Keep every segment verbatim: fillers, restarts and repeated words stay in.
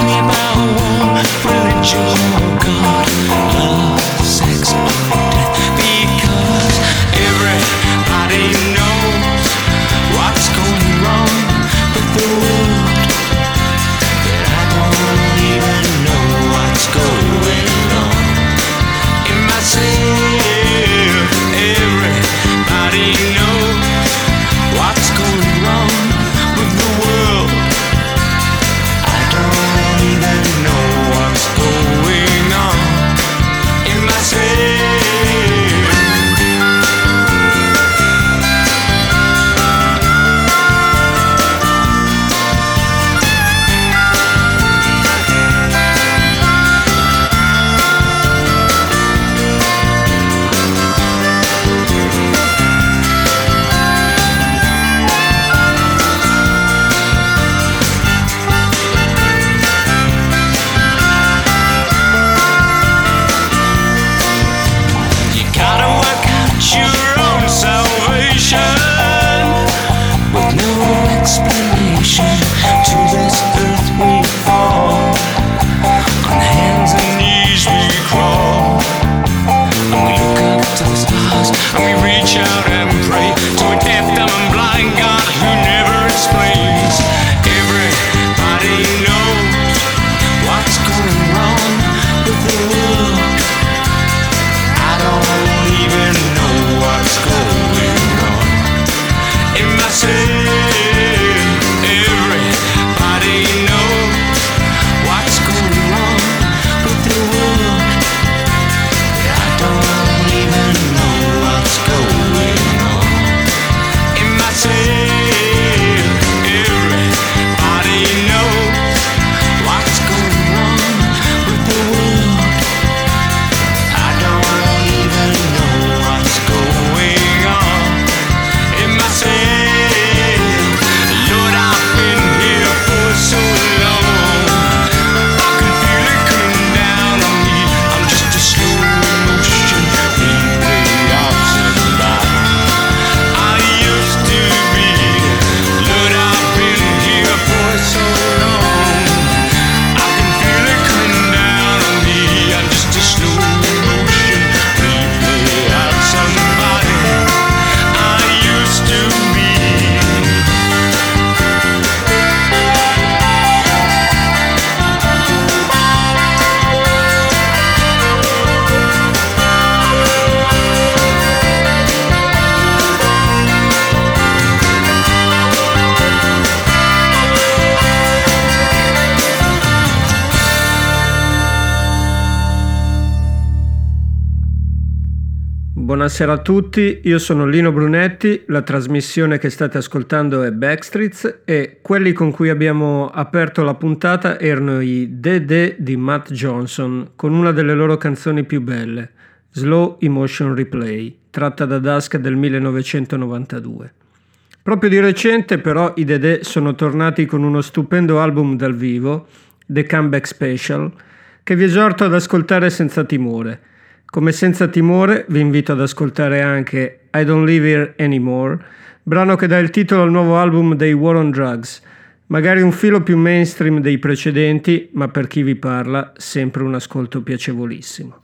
Buonasera a tutti, io sono Lino Brunetti, la trasmissione che state ascoltando è Backstreets e quelli con cui abbiamo aperto la puntata erano i The The di Matt Johnson con una delle loro canzoni più belle, Slow Emotion Replay, tratta da Dusk del millenovecentonovantadue. Proprio di recente però i The The sono tornati con uno stupendo album dal vivo, The Comeback Special, che vi esorto ad ascoltare senza timore. Come Senza Timore vi invito ad ascoltare anche I Don't Live Here Anymore, brano che dà il titolo al nuovo album dei War on Drugs, magari un filo più mainstream dei precedenti, ma per chi vi parla sempre un ascolto piacevolissimo.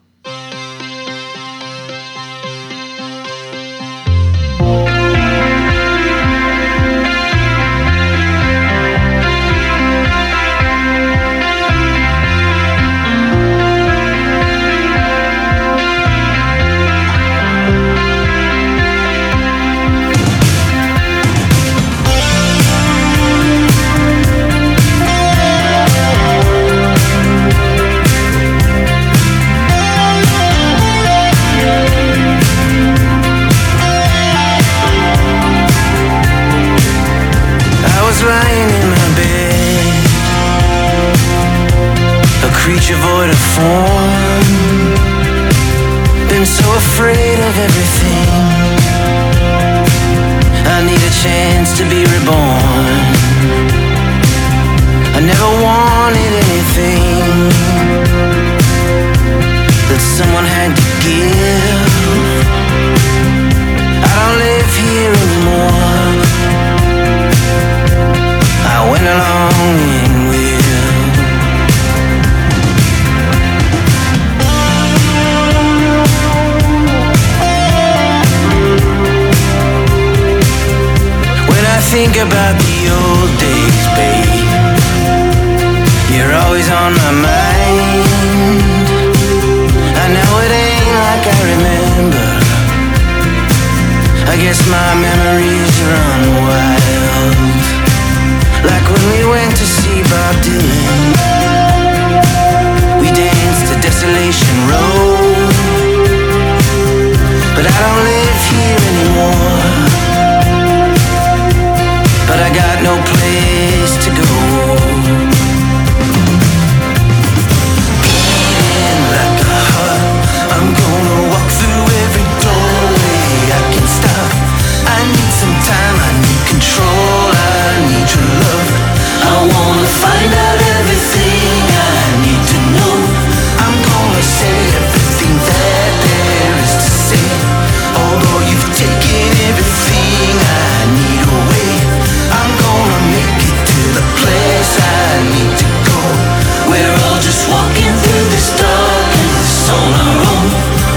Creature void of form, been so afraid of everything. I need a chance to be reborn. I never wanted anything that someone had to give. I don't live here anymore. I went along in with on my mind. I know it ain't like I remember. I guess my memories run wild. Like when we went to see Bob Dylan. We danced to Desolation Road. But I don't live here anymore. But I got no place to go. Beating like a heart, I'm gonna walk through every doorway I can stop. I need some time, I need control, I need your love. I wanna find out everything I need to know. I'm gonna say everything that there is to say. Although you've taken everything I need away, I'm gonna make it to the place I need to go. We're all just walking through this darkness on our own.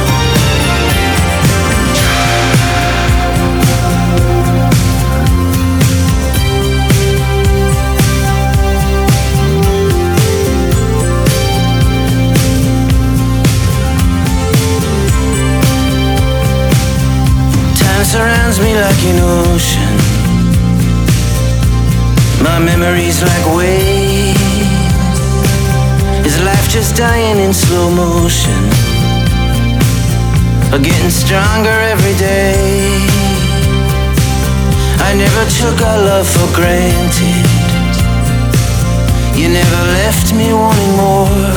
Time surrounds me like an ocean. My memories like waves. Is life just dying in slow motion? Or getting stronger every day? I never took our love for granted. You never left me wanting more.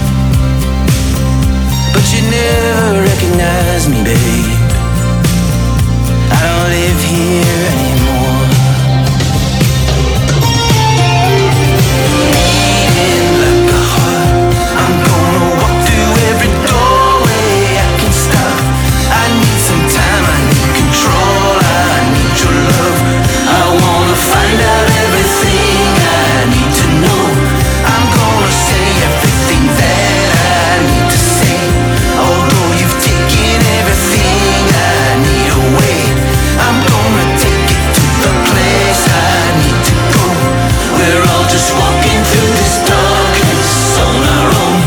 But you never recognized me, babe. I don't live here anymore. Beating like a heart, I'm gonna walk through every doorway I can stop. I need some time, I need control, I need your love. I wanna find out everything I need to know. I'm gonna say everything that I need to say. Although you've taken everything I need away, I'm gonna take it to the place I need to go. We're all just walking through this darkness on our own.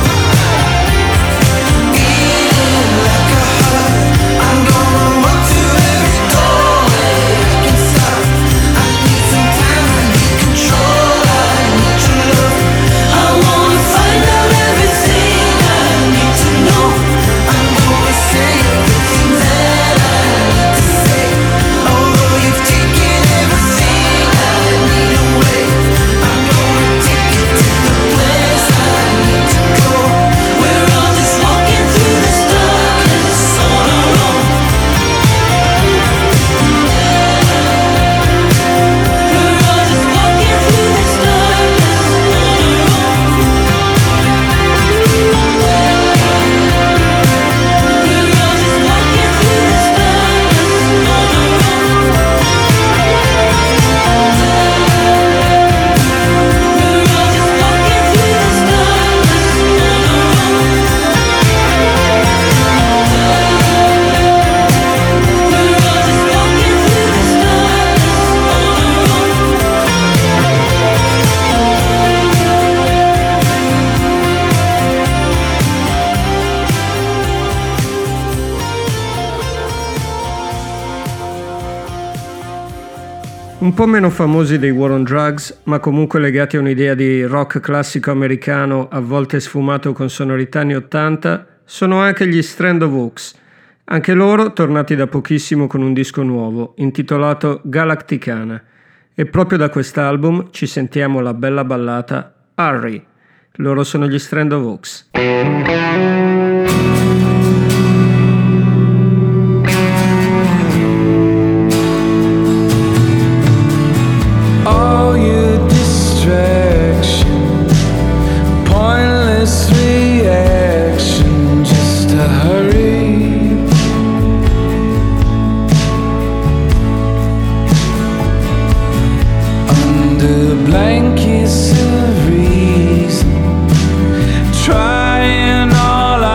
Beating like a heart, I'm gonna walk through every doorway I can stop. I need some time, I need control, I need your love. I wanna find out everything I need to know. I'm gonna say everything that I need to say. Although you've taken everything I need away, I'm gonna take it to the place I need to go. We're all just walking through this darkness on our own. We're all just walking through this darkness on our own. We're all just walking through this darkness on Un po' meno famosi dei War on Drugs, ma comunque legati a un'idea di rock classico americano a volte sfumato con sonorità anni ottanta, sono anche gli Strand of Oaks. Anche loro tornati da pochissimo con un disco nuovo, intitolato Galacticana. E proprio da quest'album ci sentiamo la bella ballata Harry. Loro sono gli Strand of Oaks. All your distraction, pointless reaction, just a hurry. Under blankets of reason, trying all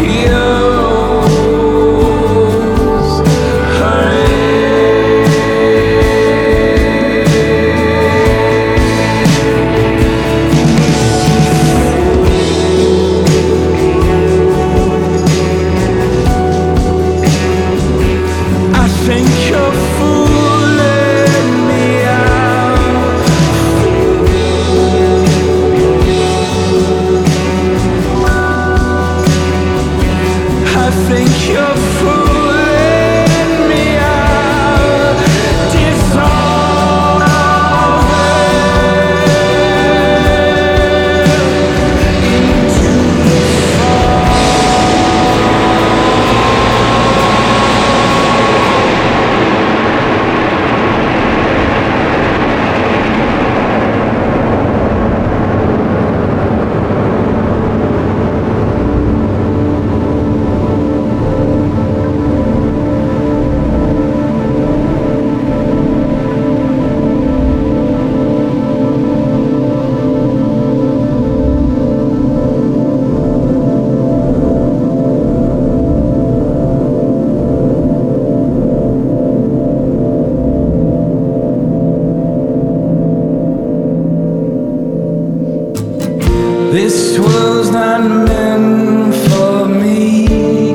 This was not meant for me.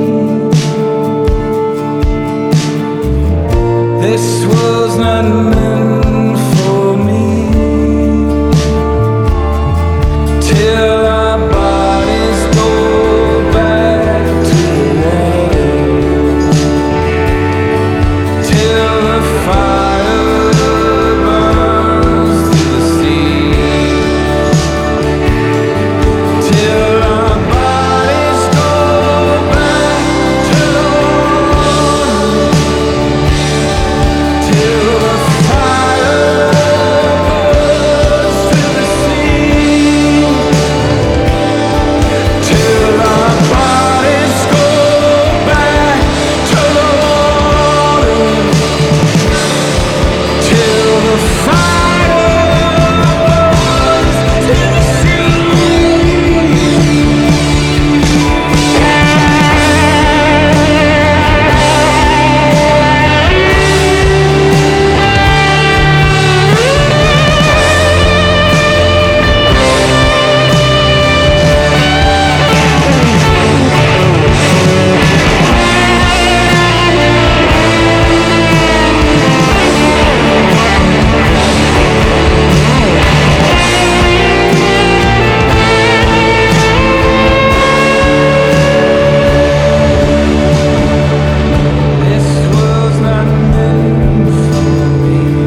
This was not meant for me. Till our bodies go back to the water. Till the fire burns through the sea. Till our bodies go back to the water. Till the fire burns through the sea. Till our bodies go back to the water. Till the fire burns to the sea. This was not meant for me.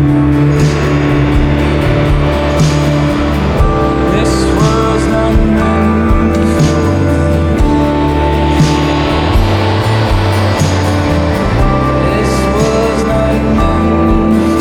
This was not meant for me. This was not meant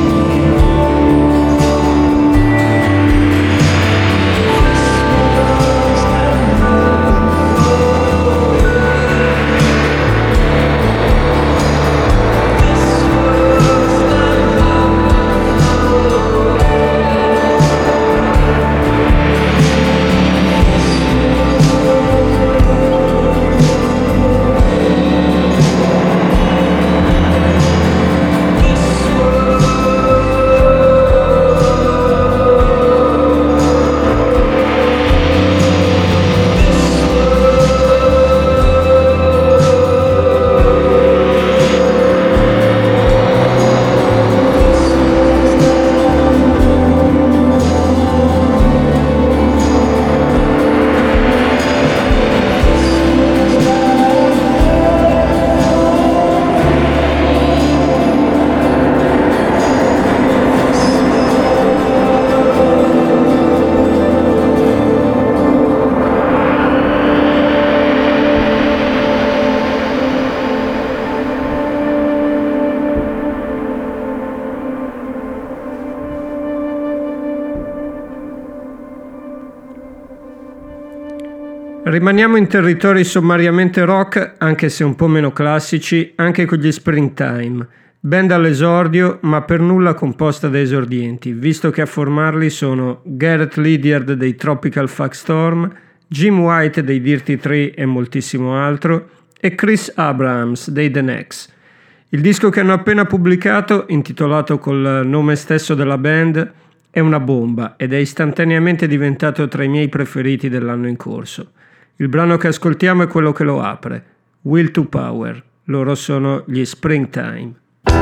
Rimaniamo in territori sommariamente rock, anche se un po' meno classici, anche con gli Springtime. Band all'esordio, ma per nulla composta da esordienti, visto che a formarli sono Gareth Lydiard dei Tropical Fuck Storm, Jim White dei Dirty Tree e moltissimo altro, e Chris Abrams dei The Next. Il disco che hanno appena pubblicato, intitolato col nome stesso della band, è una bomba ed è istantaneamente diventato tra i miei preferiti dell'anno in corso. Il brano che ascoltiamo è quello che lo apre, Will to Power. Loro sono gli Springtime.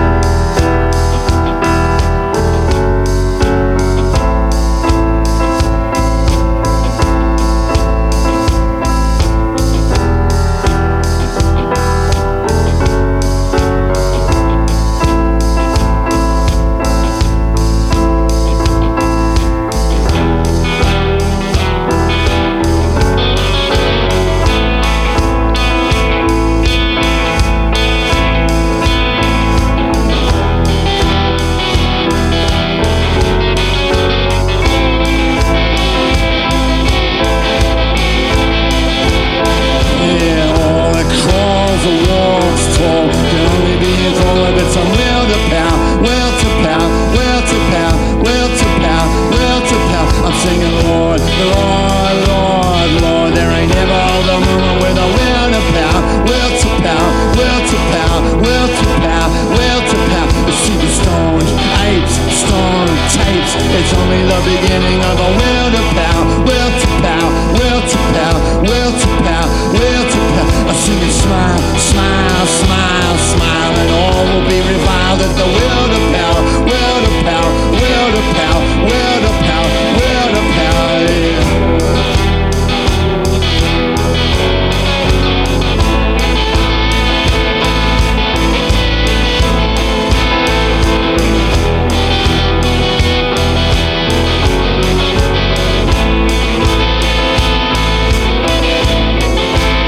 It's only the beginning of a will to power, will to power, will to power, will to power, will to power. I sing it, smile, smile, smile, smile, and all will be reviled at the will to power, will to power, will to power, will to power, will to power, yeah.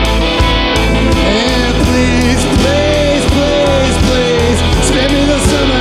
Spend me the summer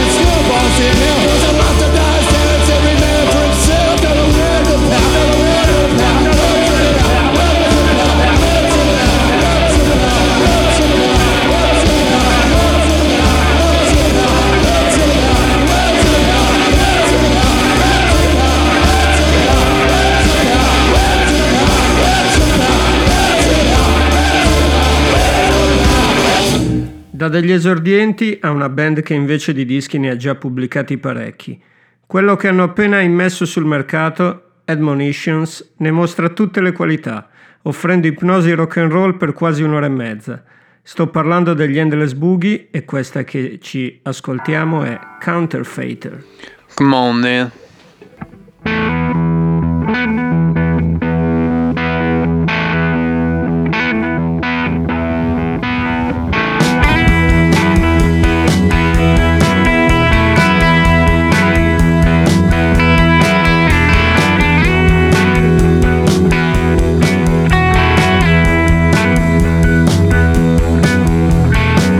Da degli esordienti a una band che invece di dischi ne ha già pubblicati parecchi. Quello che hanno appena immesso sul mercato, Admonitions, ne mostra tutte le qualità, offrendo ipnosi rock and roll per quasi un'ora e mezza. Sto parlando degli Endless Boogie e questa che ci ascoltiamo è Counterfeiter. Come on, man.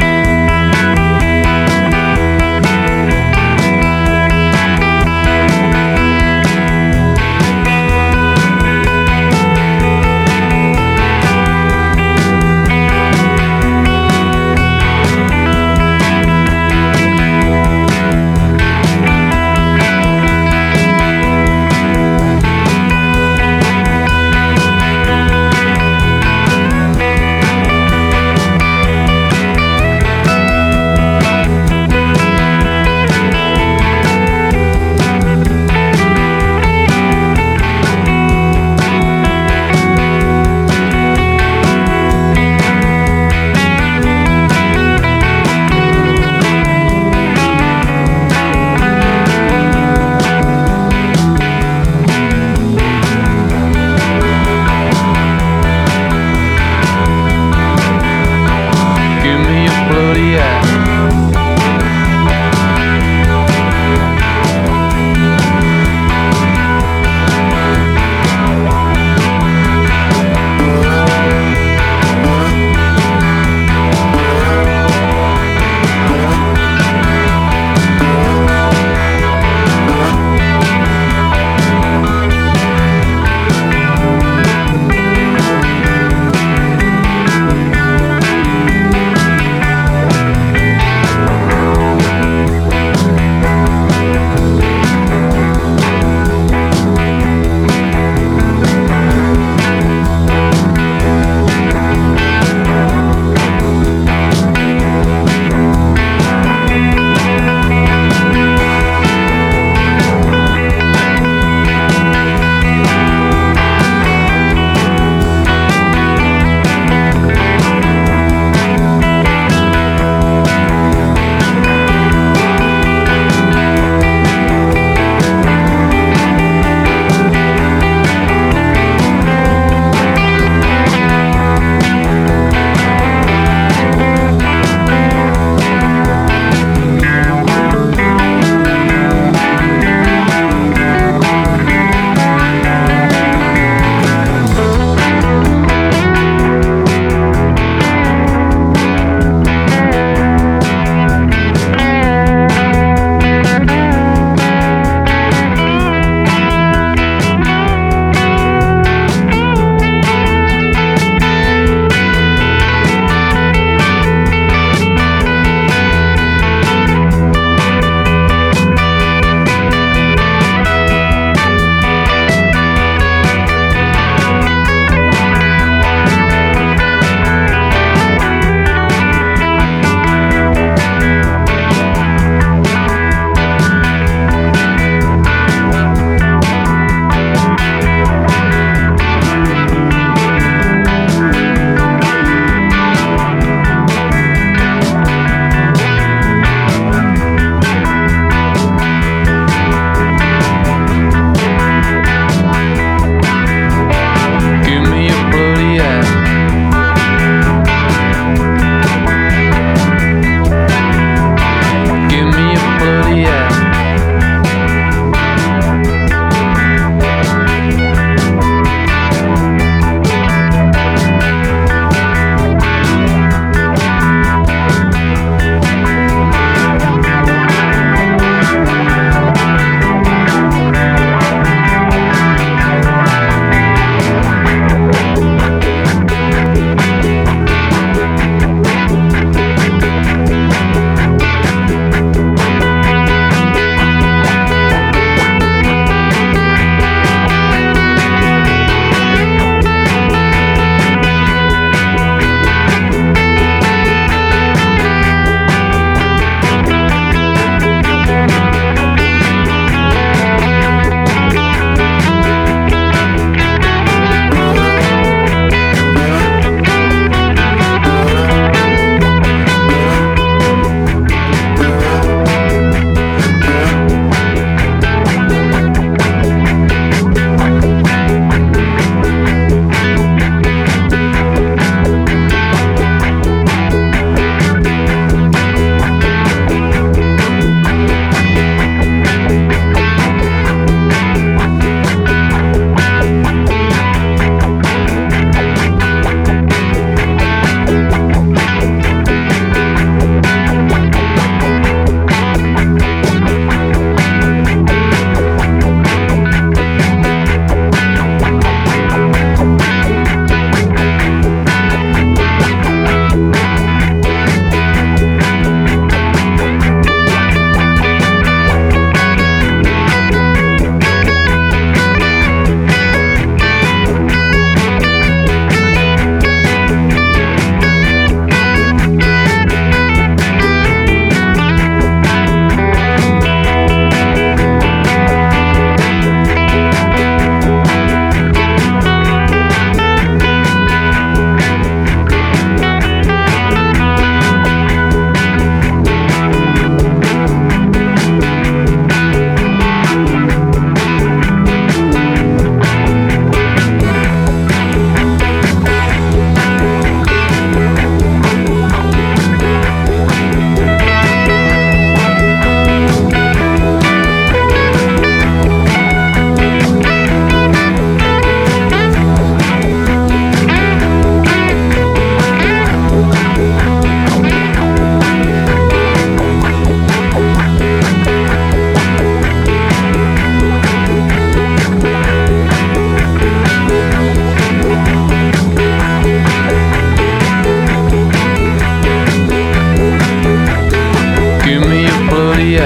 Thank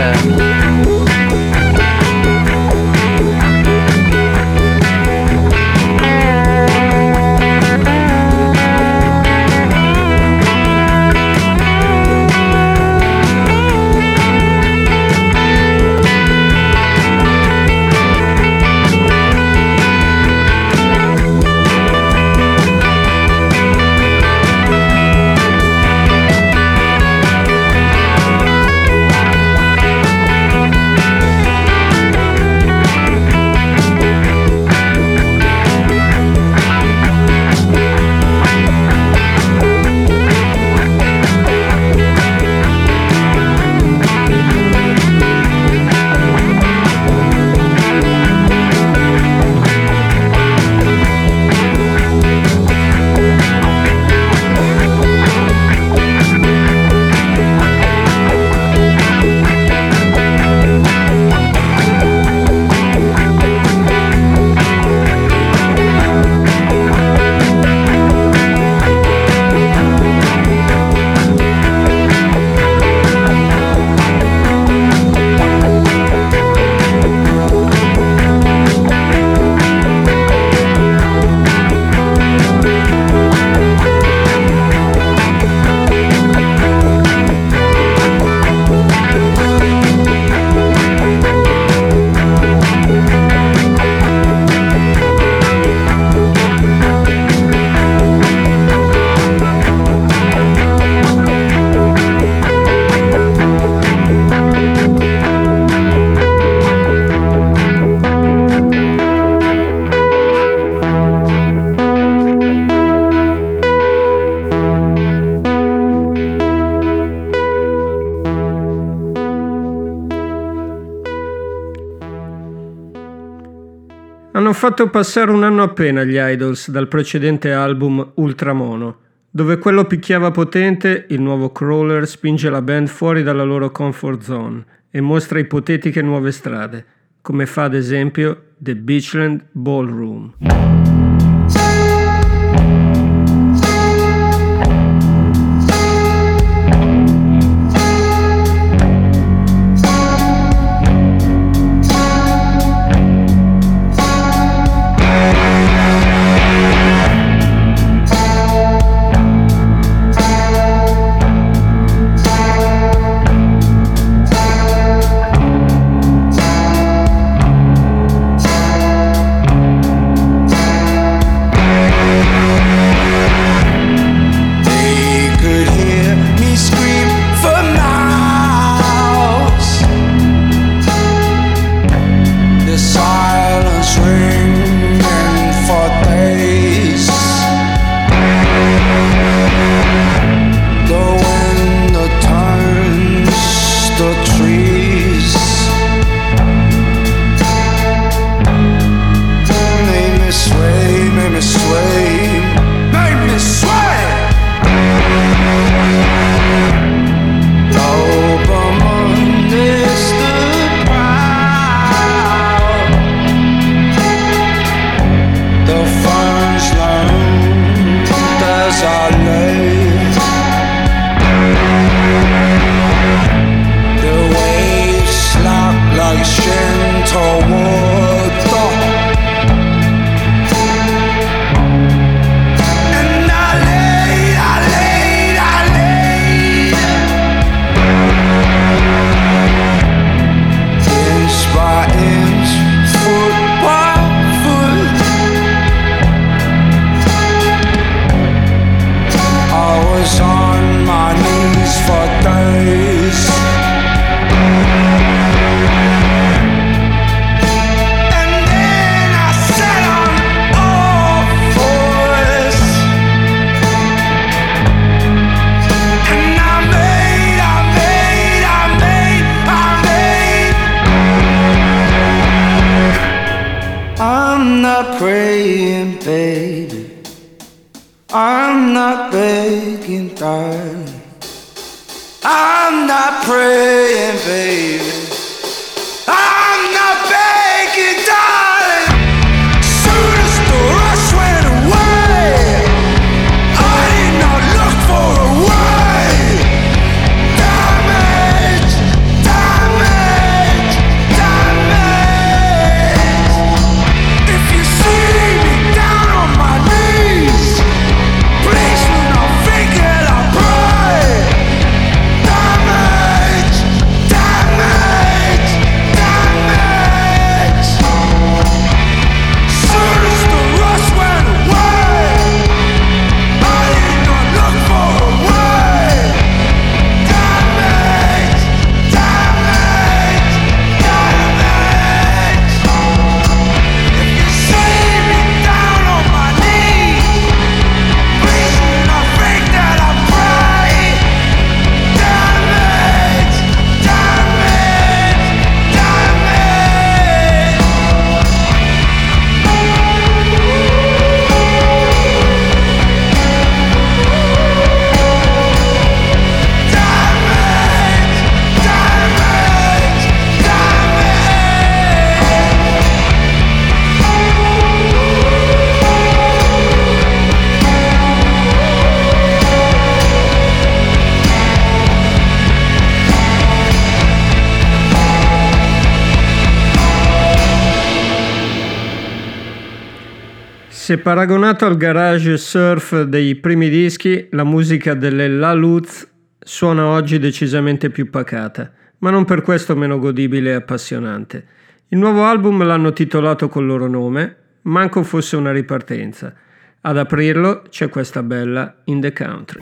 Hanno fatto passare un anno appena gli Idols dal precedente album Ultramono, dove quello picchiava potente, il nuovo Crawler spinge la band fuori dalla loro comfort zone e mostra ipotetiche nuove strade, come fa ad esempio The Beachland Ballroom. praying, baby. I'm not begging, darling. I'm not praying, baby. I'm not begging, darling. Soon as the rush went away, I did not look for a way. Damage, damage. Se paragonato al garage surf dei primi dischi, la musica delle La Luz suona oggi decisamente più pacata, ma non per questo meno godibile e appassionante. Il nuovo album l'hanno titolato col loro nome, manco fosse una ripartenza. Ad aprirlo c'è questa bella In the Country.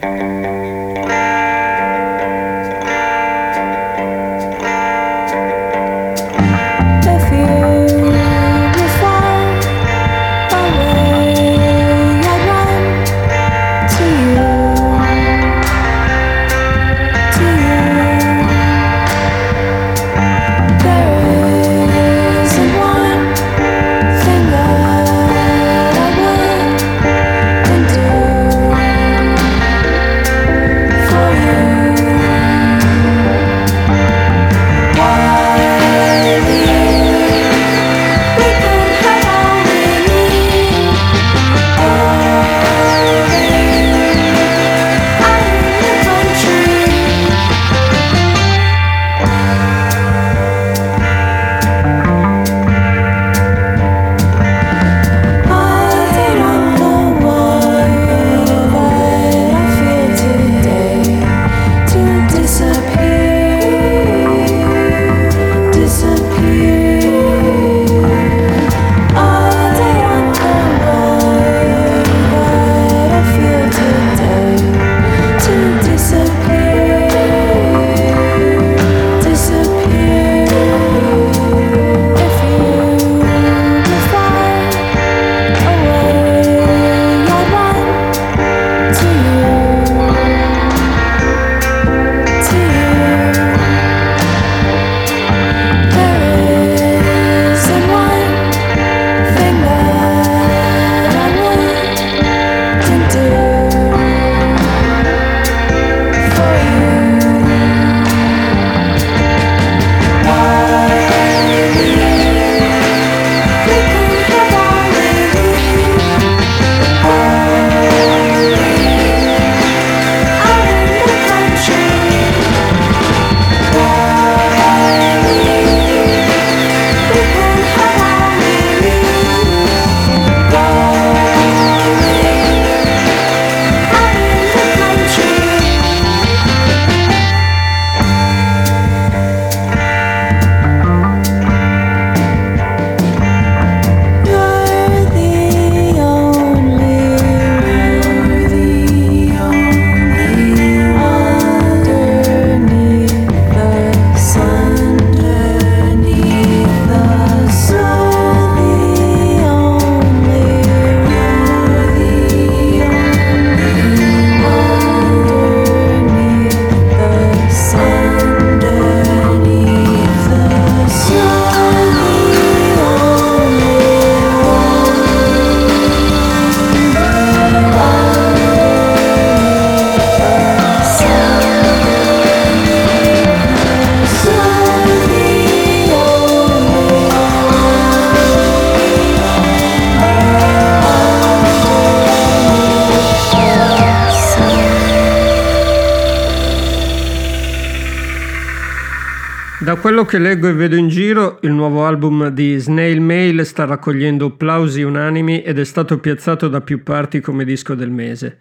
Da quello che leggo e vedo in giro, il nuovo album di Snail Mail sta raccogliendo applausi unanimi ed è stato piazzato da più parti come disco del mese.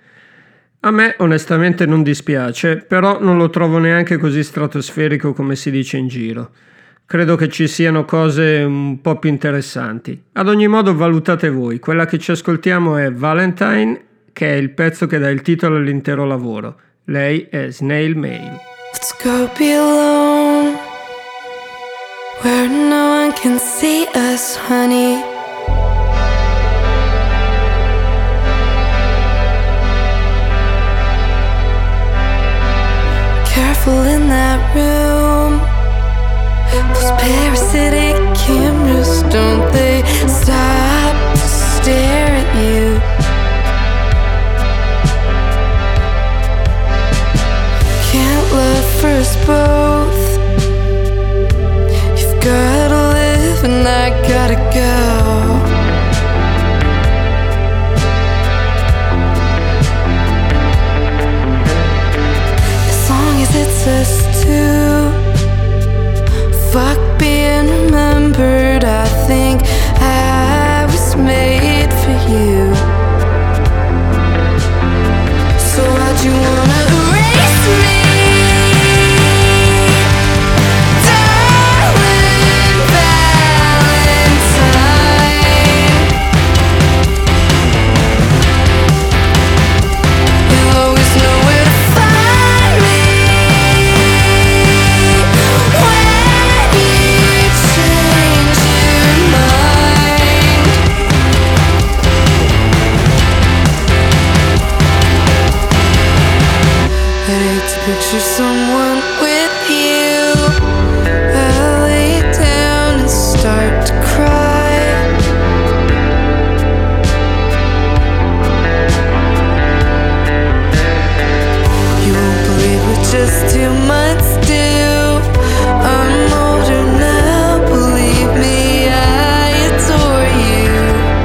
A me onestamente non dispiace, però non lo trovo neanche così stratosferico come si dice in giro. Credo che ci siano cose un po' più interessanti. Ad ogni modo valutate voi. Quella che ci ascoltiamo è Valentine, che è il pezzo che dà il titolo all'intero lavoro. Lei è Snail Mail. Let's go be alone, where no one can see us, honey. Careful in that room, those parasitic cameras, don't they stop to stare at you? Can't love for us both. You've gotta live and I gotta go. As long as it's us two, fuck being remembered. I think I was made for you. you wanna erase me? Darling Valentine, you'll always know where to find me when you change your mind. I'd hate to picture someone with you. I'll lay down and start to cry. You won't believe what just two months do. I'm older now, believe me, I adore you.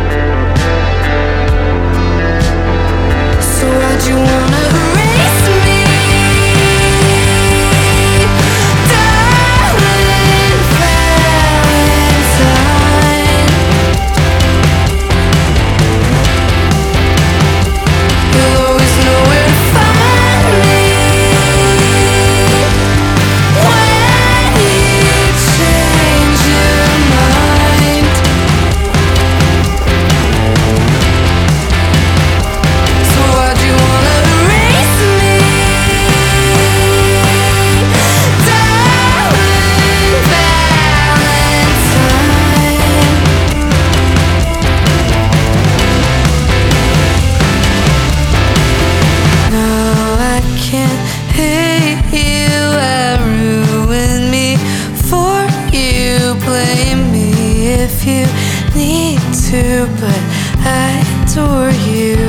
So why'd you wanna erase me? Darling Valentine, you'll always know where to find me when you change your mind. So why'd you wanna erase me? Darling Valentine, no, I can't hate you. I ruin me for you. Blame me if you need to, but I adore you.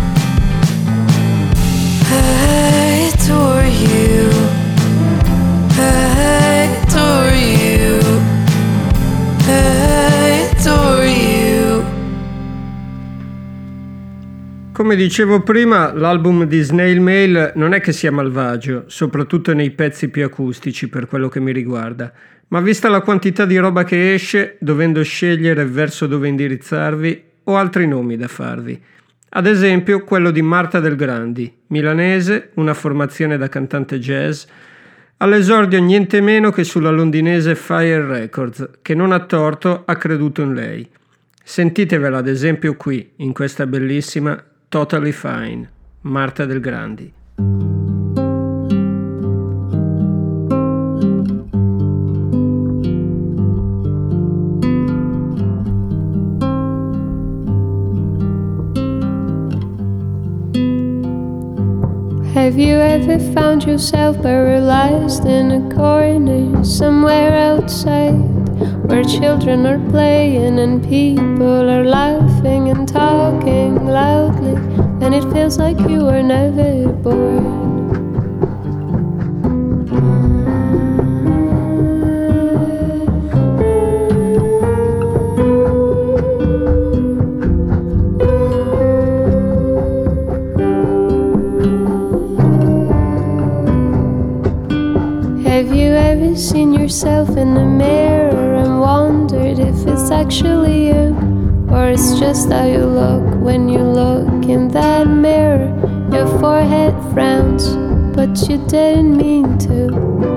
I adore you. I adore you. I adore you. Come dicevo prima, l'album di Snail Mail non è che sia malvagio, soprattutto nei pezzi più acustici per quello che mi riguarda, ma vista la quantità di roba che esce, dovendo scegliere verso dove indirizzarvi, ho altri nomi da farvi. Ad esempio quello di Marta Del Grandi, milanese, una formazione da cantante jazz, all'esordio niente meno che sulla londinese Fire Records, che non a torto ha creduto in lei. Sentitevela ad esempio qui, in questa bellissima Totally Fine, Marta Del Grandi. Have you ever found yourself paralyzed in a corner somewhere outside, where children are playing and people are laughing and talking loudly, and it feels like you were never born? Have you ever seen yourself in the mirror and wondered if it's actually you, or it's just how you look when you look in that mirror? Your forehead frowns, but you didn't mean to.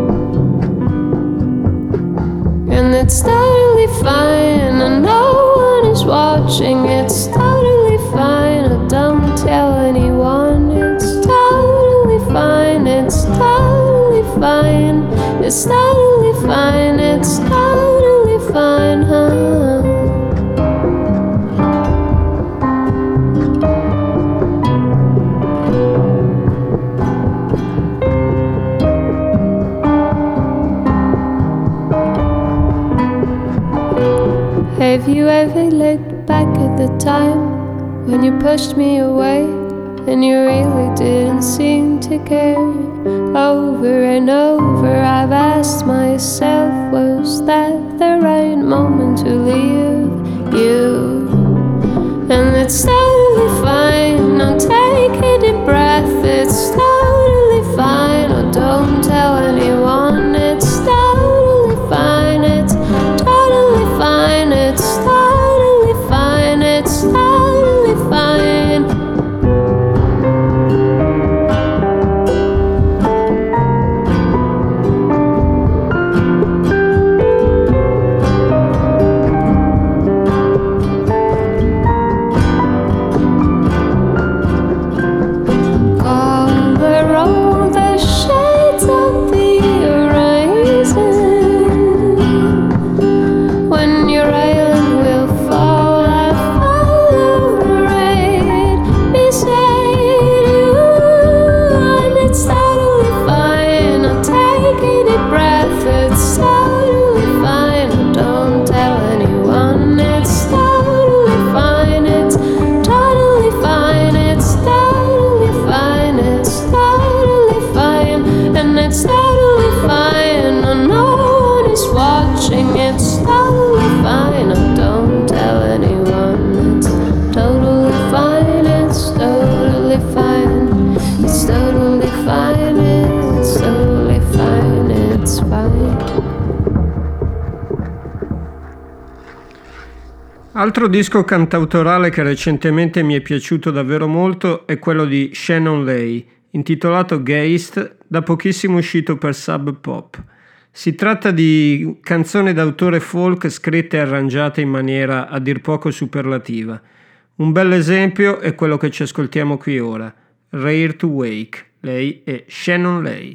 And it's totally fine, and no one is watching. It's totally fine, oh, don't tell anyone. It's totally fine, it's totally fine. It's totally fine, it's totally fine, huh? Have you ever looked back at the time when you pushed me away and you really didn't seem to care? Over and over I've asked myself, was that the right moment to leave you? And it's totally fine, now take a deep breath. It's totally fine, oh, don't tell anyone. It's totally fine, it's totally fine. It's totally fine, it's totally fine. Altro disco cantautorale che recentemente mi è piaciuto davvero molto è quello di Shannon Lay, intitolato Geist, da pochissimo uscito per Sub Pop. Si tratta di canzoni d'autore folk scritte e arrangiate in maniera a dir poco superlativa. Un bel esempio è quello che ci ascoltiamo qui ora, Rare to Wake. Lei è Shannon Lay.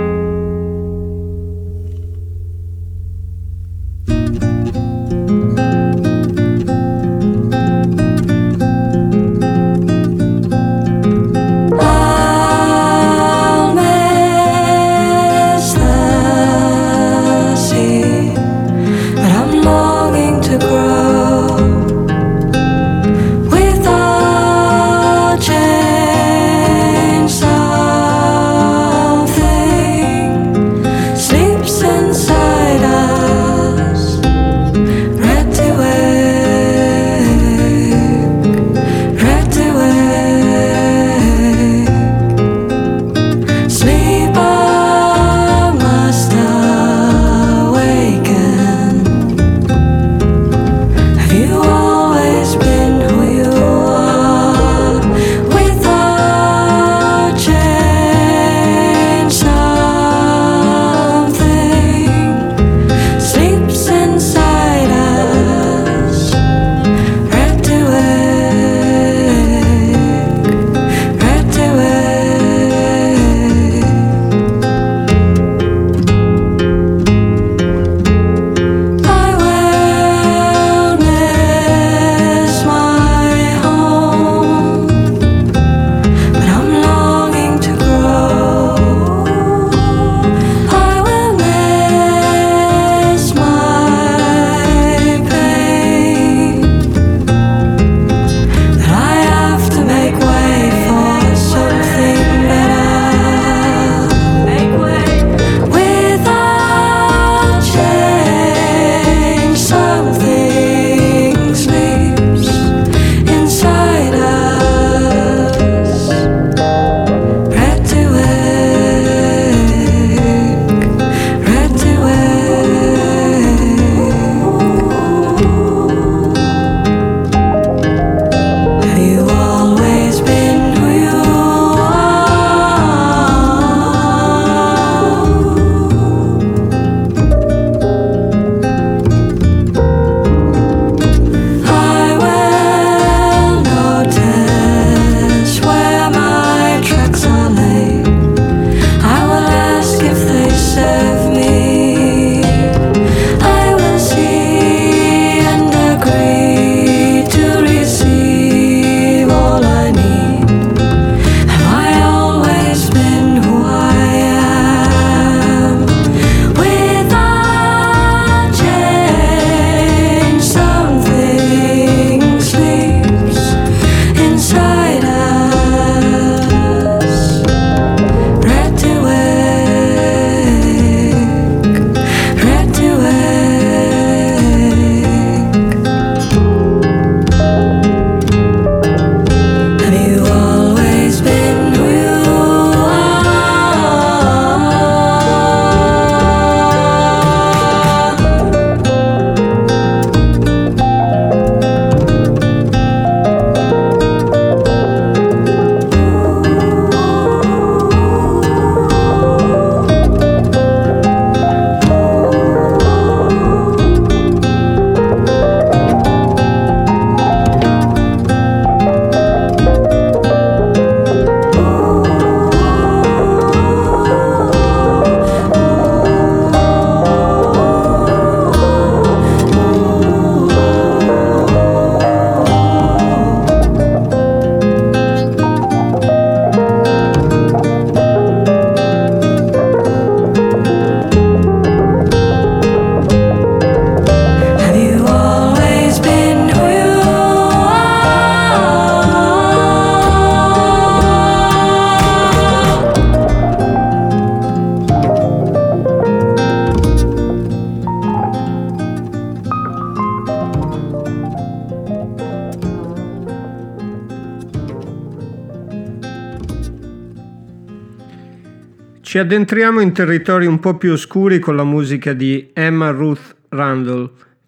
Ci addentriamo in territori un po' più oscuri con la musica di Emma Ruth Randall,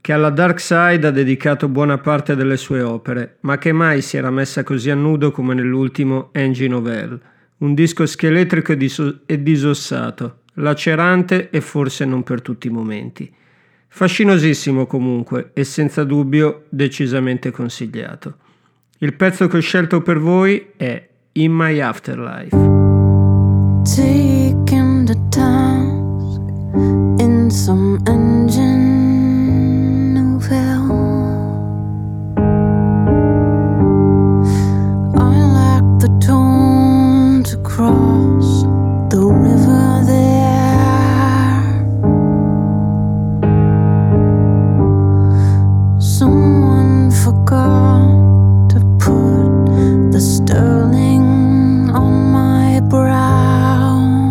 che alla Dark Side ha dedicato buona parte delle sue opere, ma che mai si era messa così a nudo come nell'ultimo Engine of Hell. Un disco scheletrico e, diso- e disossato, lacerante e forse non per tutti i momenti. Fascinosissimo comunque e senza dubbio decisamente consigliato. Il pezzo che ho scelto per voi è In My Afterlife. Taking the task in some engine of hell. I lack the tone to cross the river there. Someone forgot to put the sterling on my brow.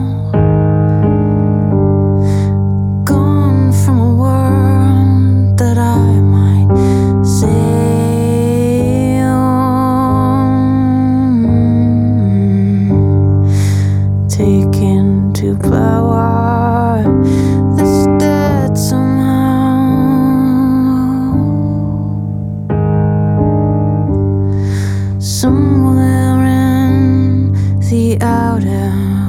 Gone from a world that I might sail, taken to power that's dead somehow. Somewhere in the outer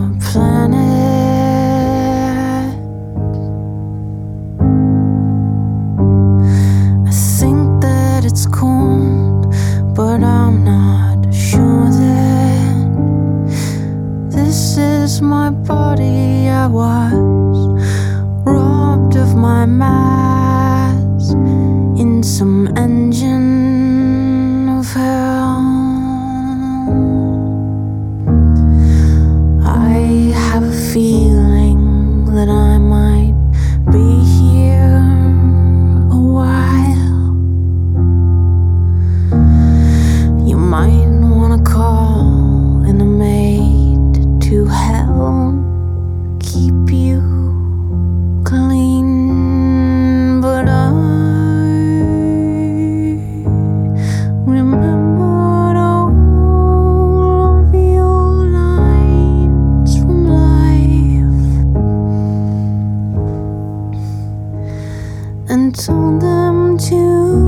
planet, I think that it's cold, but I'm not sure that this is my body. I was robbed of my mask in some engine of hell. I have a feeling that I might be here a while. You might wanna call in a maid to help keep you clean, but I remembered all of your lines from life and told them to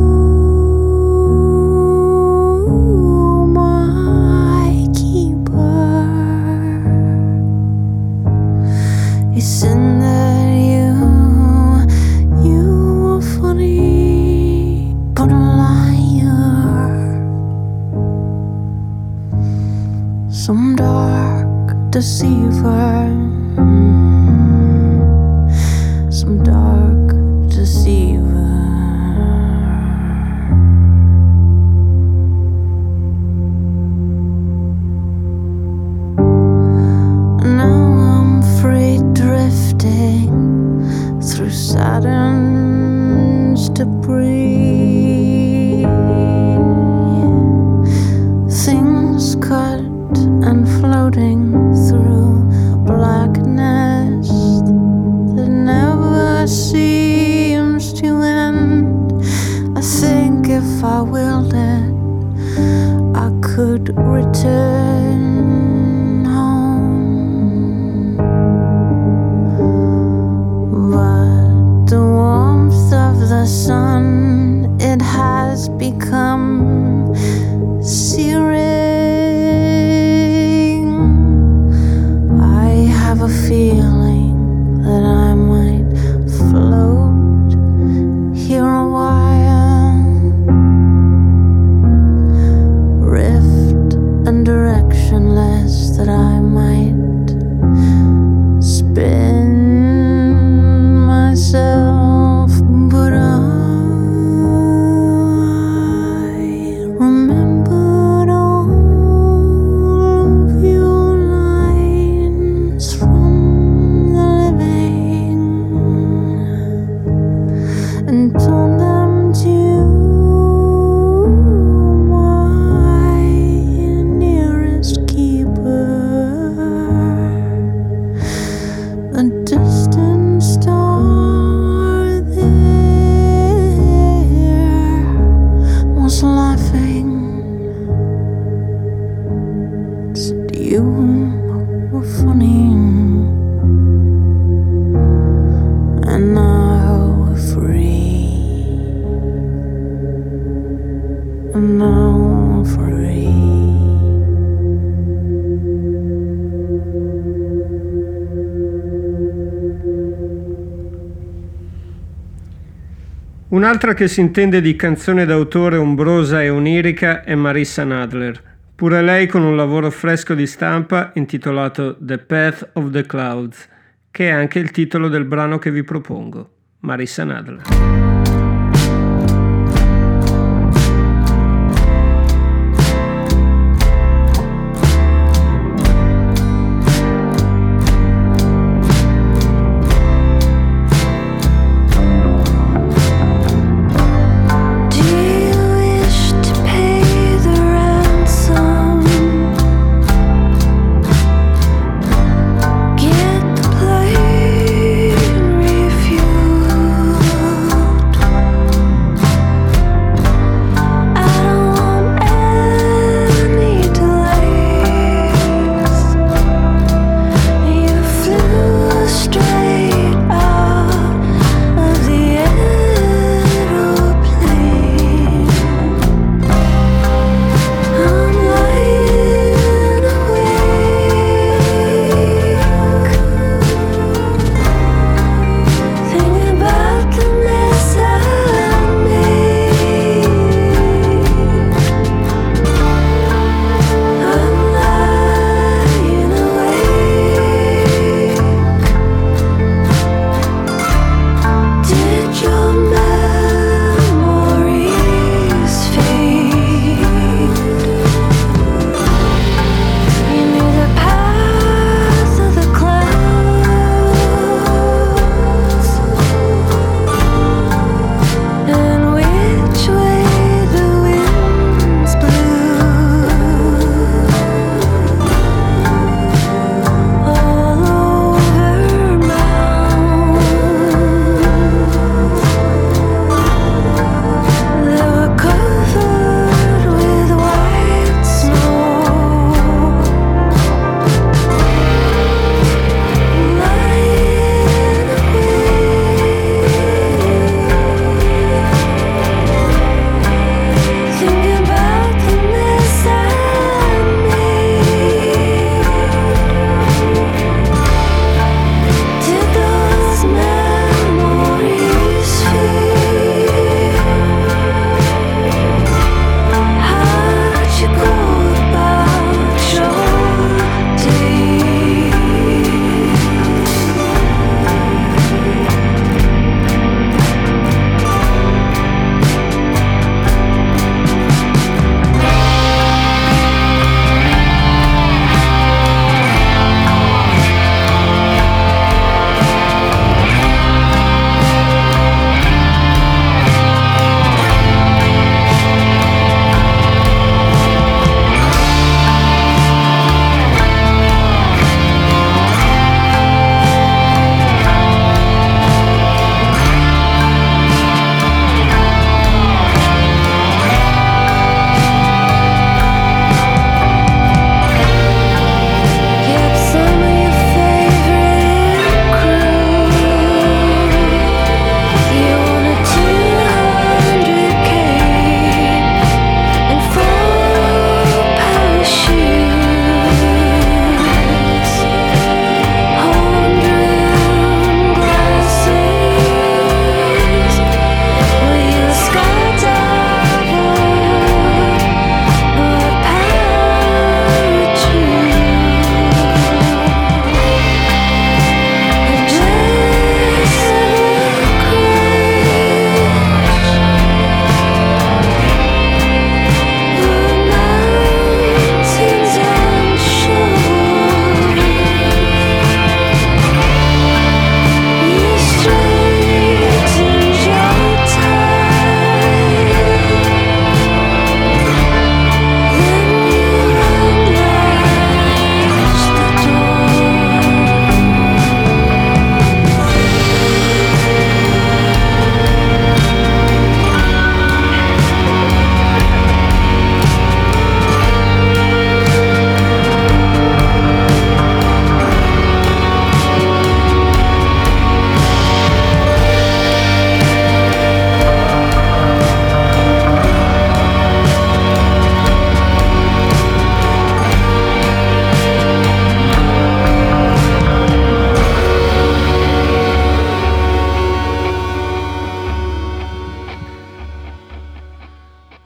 my keeper. He said that you, you were funny, but a liar. Some dark deceiver, some dark deceiver. Now I'm free drifting through Saturn's debris. Things cut and floating through blackness that never seems to end. I think if I willed it, I could return home. But the warmth of the sun, it has become searing. I have a feeling that I might float here a while. Rift and directionless, that I might spin myself, but I remembered all of your lines from the living and told them to my nearest keeper, a distant star there was laughing. Said you were funny, and now we're free. and now free. Un'altra che si intende di canzone d'autore ombrosa e onirica è Marissa Nadler, pure lei con un lavoro fresco di stampa intitolato The Path of the Clouds, che è anche il titolo del brano che vi propongo, Marissa Nadler. Get the plane refueled.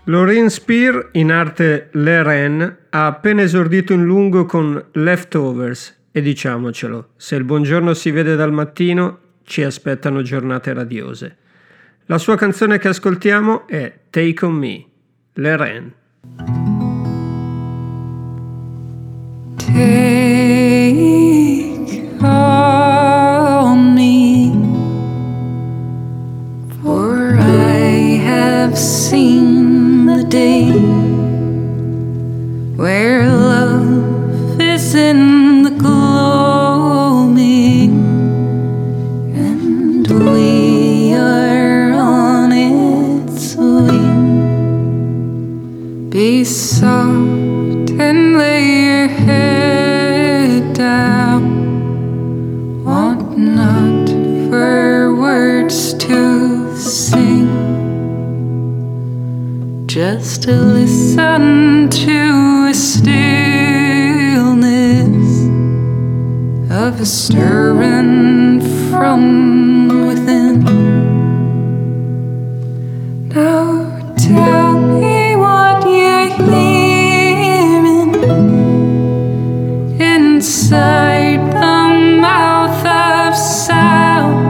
Laureen Spear, in arte Leren, ha appena esordito in lungo con Leftovers e diciamocelo, se il buongiorno si vede dal mattino, ci aspettano giornate radiose. La sua canzone che ascoltiamo è Take On Me, Leren. Take on me, for I have seen the day where love is in the gloaming, and we are on its wing. Be soft and lay your head down, want not for words to sing, just to listen to a stillness of a stirring from within. Now tell me what you're hearing inside the mouth of sound.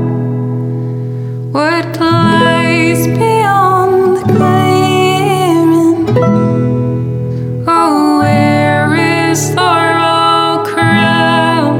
What lies beyond the clearing? Oh, where is the royal crown?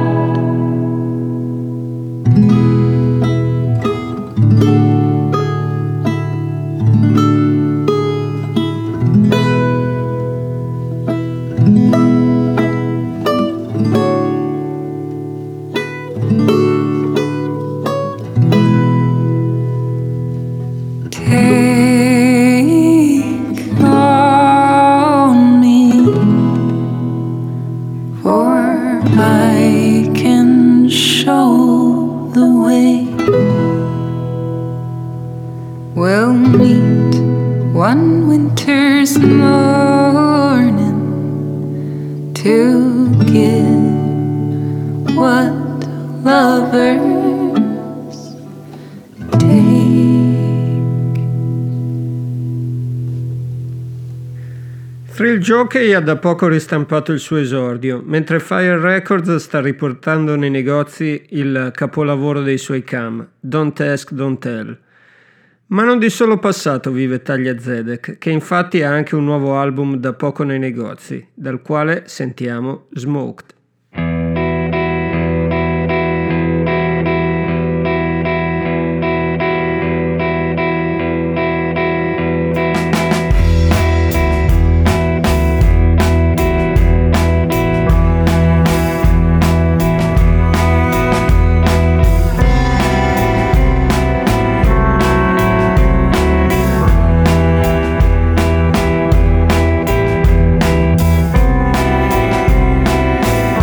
Take on me, for I can show the way. We'll meet one winter's morning to give what lovers take. Thrill Jockey ha da poco ristampato il suo esordio, mentre Fire Records sta riportando nei negozi il capolavoro dei suoi cam, Don't Ask, Don't Tell. Ma non di solo passato vive Taglia Zedek, che infatti ha anche un nuovo album da poco nei negozi, dal quale sentiamo Smoked. Take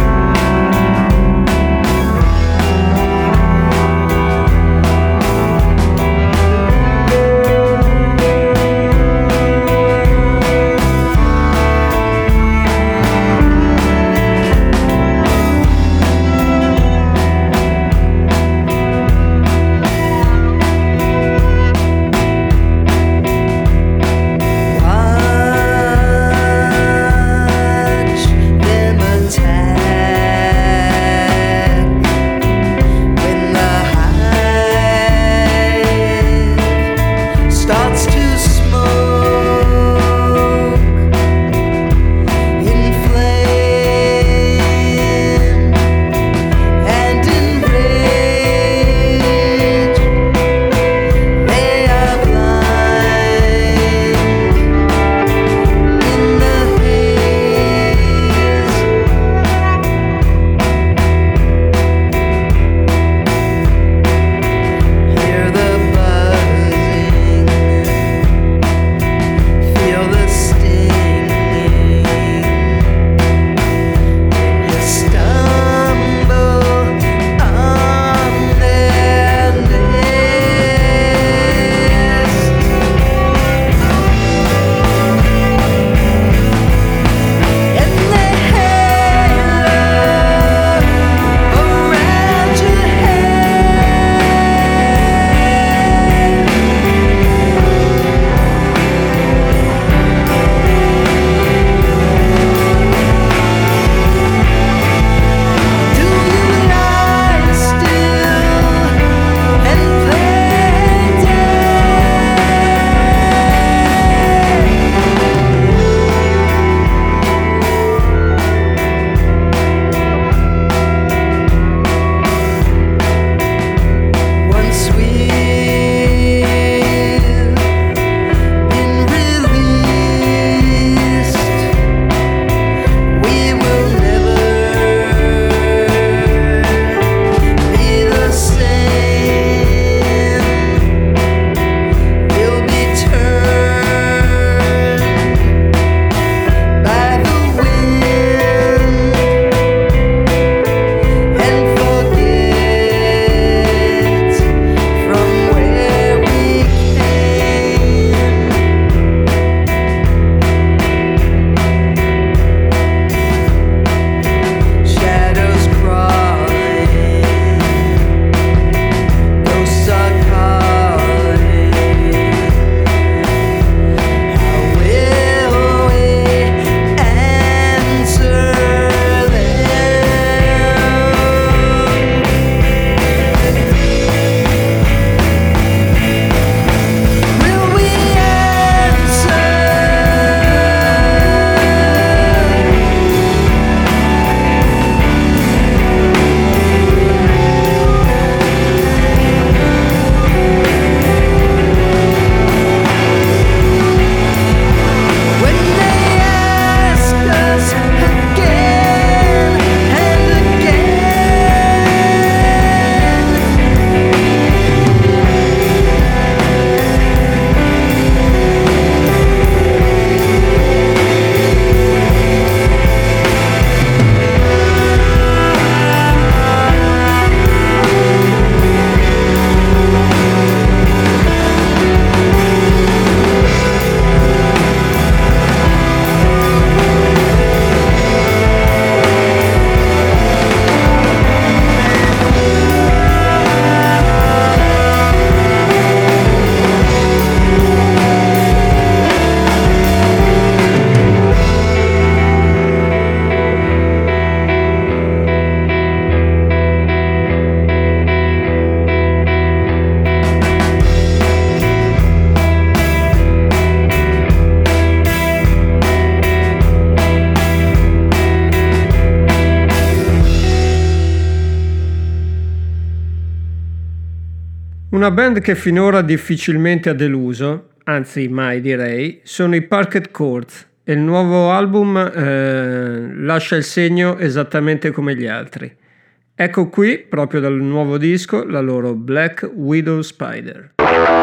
Una band che finora difficilmente ha deluso, anzi mai direi, sono i Parquet Courts e il nuovo album eh, lascia il segno esattamente come gli altri. Ecco qui, proprio dal nuovo disco, la loro Black Widow Spider.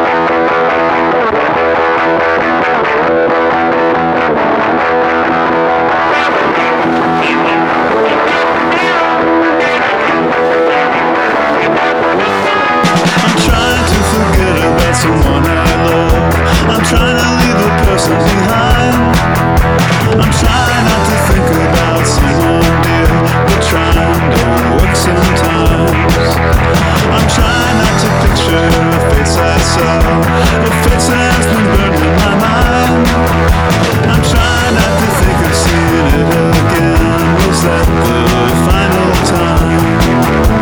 Someone I love, I'm trying to leave the person behind. I'm trying not to think about someone dear, but trying don't work sometimes. I'm trying not to picture a face I saw, a face that has been burned in my mind. I'm trying not to think of seeing it again. Was that the final time?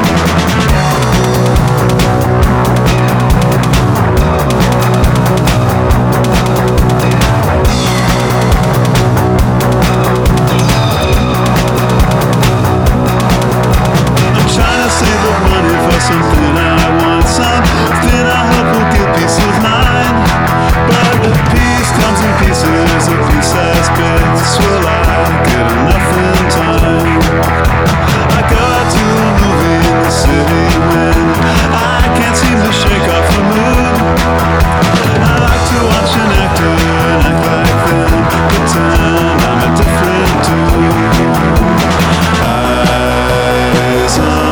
Something I want, something I hope will give peace of mind. But peace comes in pieces, a piece that's bits. Will I get enough in time? I go out to a movie in the city when I can't seem to shake off the mood. I like to watch an actor and act like them, pretend I'm a different dude. Eyes on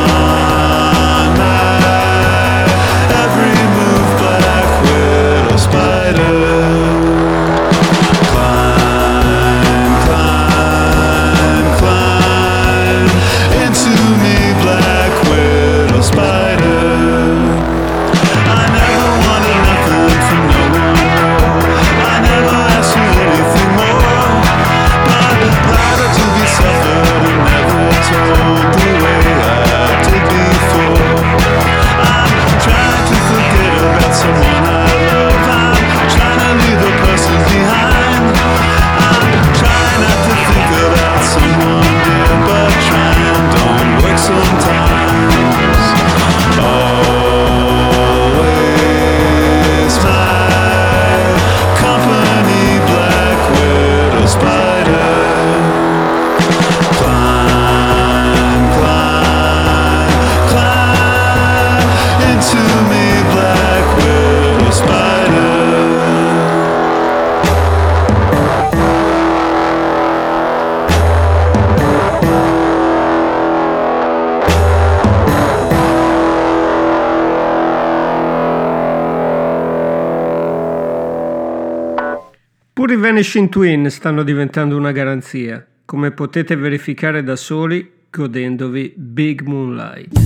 I Vanishing Twin stanno diventando una garanzia, come potete verificare da soli godendovi Big Moonlight.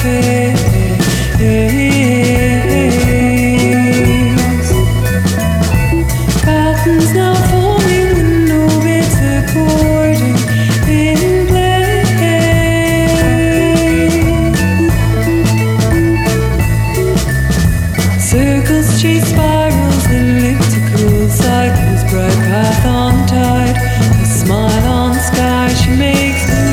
Patterns now forming with no bits according in place. Circles chase spirals, elliptical cycles, bright path on tide, a smile on sky she makes me.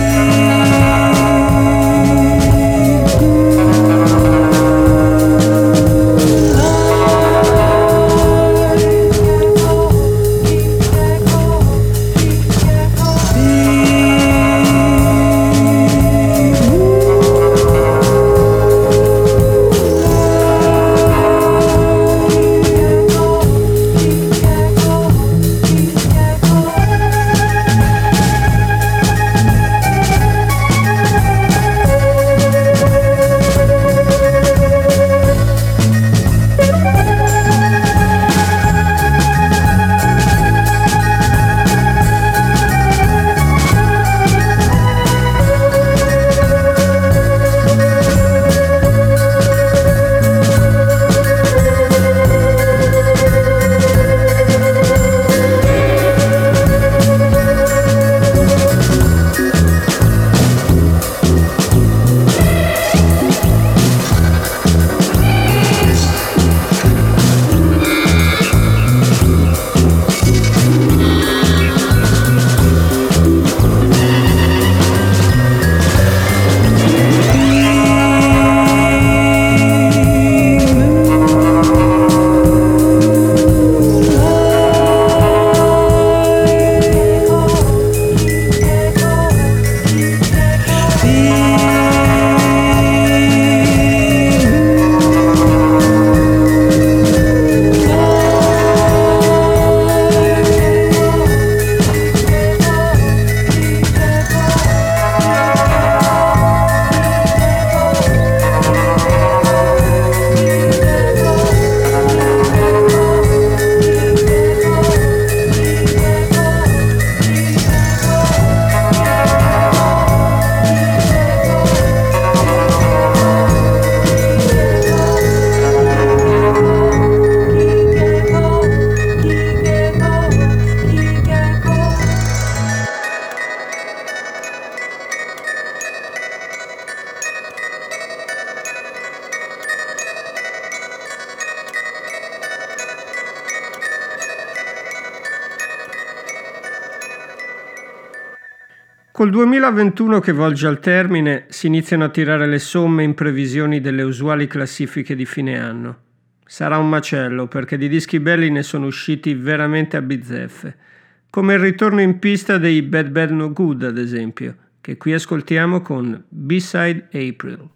Col duemilaventuno che volge al termine si iniziano a tirare le somme in previsioni delle usuali classifiche di fine anno. Sarà un macello perché di dischi belli ne sono usciti veramente a bizzeffe, come il ritorno in pista dei Bad Bad No Good ad esempio, che qui ascoltiamo con B-Side April.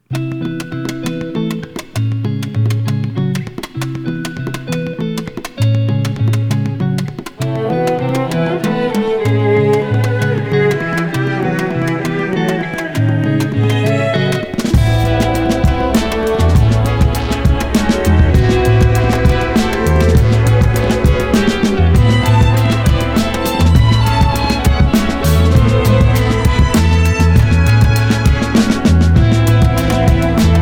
Thank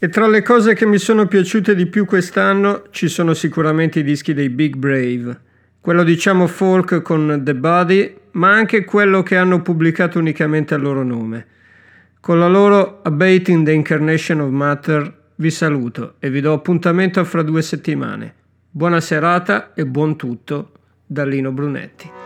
E tra le cose che mi sono piaciute di più quest'anno ci sono sicuramente i dischi dei Big Brave, quello diciamo folk con The Body, ma anche quello che hanno pubblicato unicamente a loro nome. Con la loro Abating the Incarnation of Matter vi saluto e vi do appuntamento fra due settimane. Buona serata e buon tutto da Lino Brunetti.